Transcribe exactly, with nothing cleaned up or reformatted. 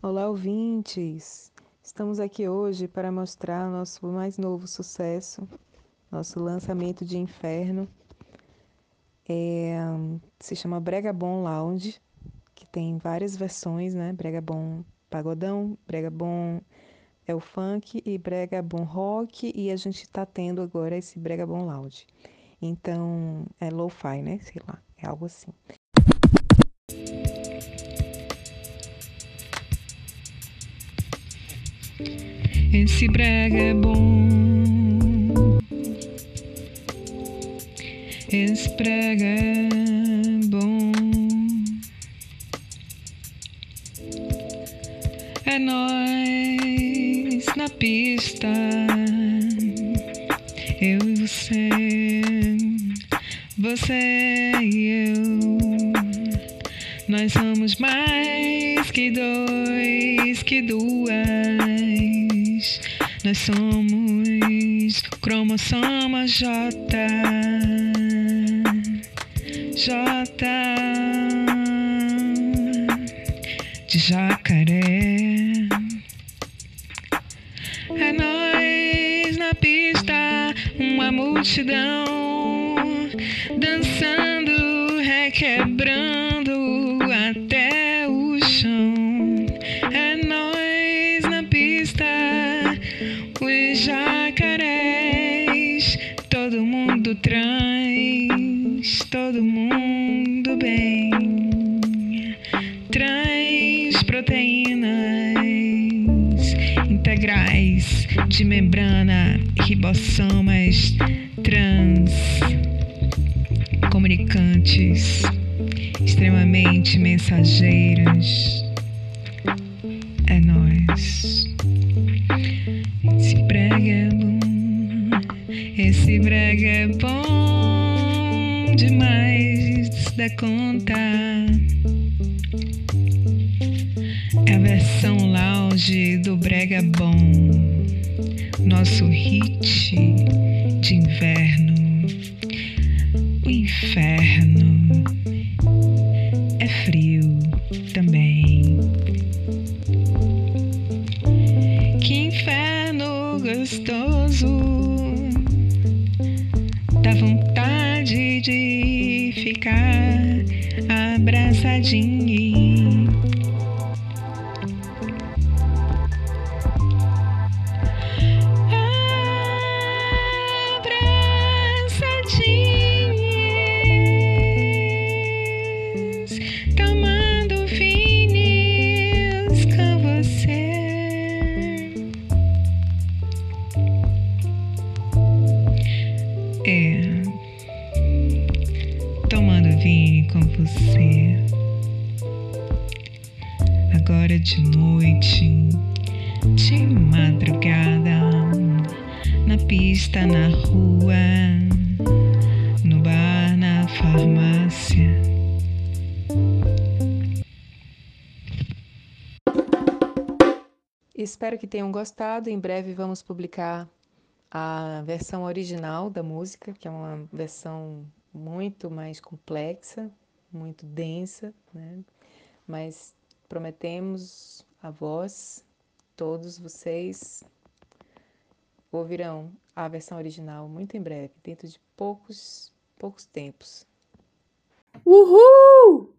Olá, ouvintes! Estamos aqui hoje para mostrar nosso mais novo sucesso, nosso lançamento de Inferno. É, se chama Brega Bom Lounge, que tem várias versões, né? Brega Bom Pagodão, Brega Bom é o funk e Brega Bom Rock, e a gente está tendo agora esse Brega Bom Lounge. Então, é lo-fi, né? Sei lá, é algo assim. Esse brega é bom, esse brega é bom, é nós na pista, eu e você, você e eu, nós somos mais que dois, que duas. Nós somos cromossoma J, J de jacaré. É nós na pista, uma multidão dançando, requebrando até o chão. É nós na pista, os jacarés, todo mundo trans, todo mundo bem, trans proteínas integrais de membrana, ribossomas trans, comunicantes extremamente mensageiras. É nós. Esse brega é bom, esse brega é bom demais da conta. É a versão lounge do brega bom, nosso hit de inverno. O inferno é frio também. Que inferno gostoso, dá vontade de ficar abraçadinho. Abraçadinhos, tomando finis com você. É, tomando vinho com você, agora de noite, de madrugada, na pista, na rua, no bar, na farmácia. Espero que tenham gostado. Em breve vamos publicar a versão original da música, que é uma versão muito mais complexa, muito densa, né? Mas prometemos a vós, todos vocês, ouvirão a versão original muito em breve, dentro de poucos, poucos tempos. Uhul!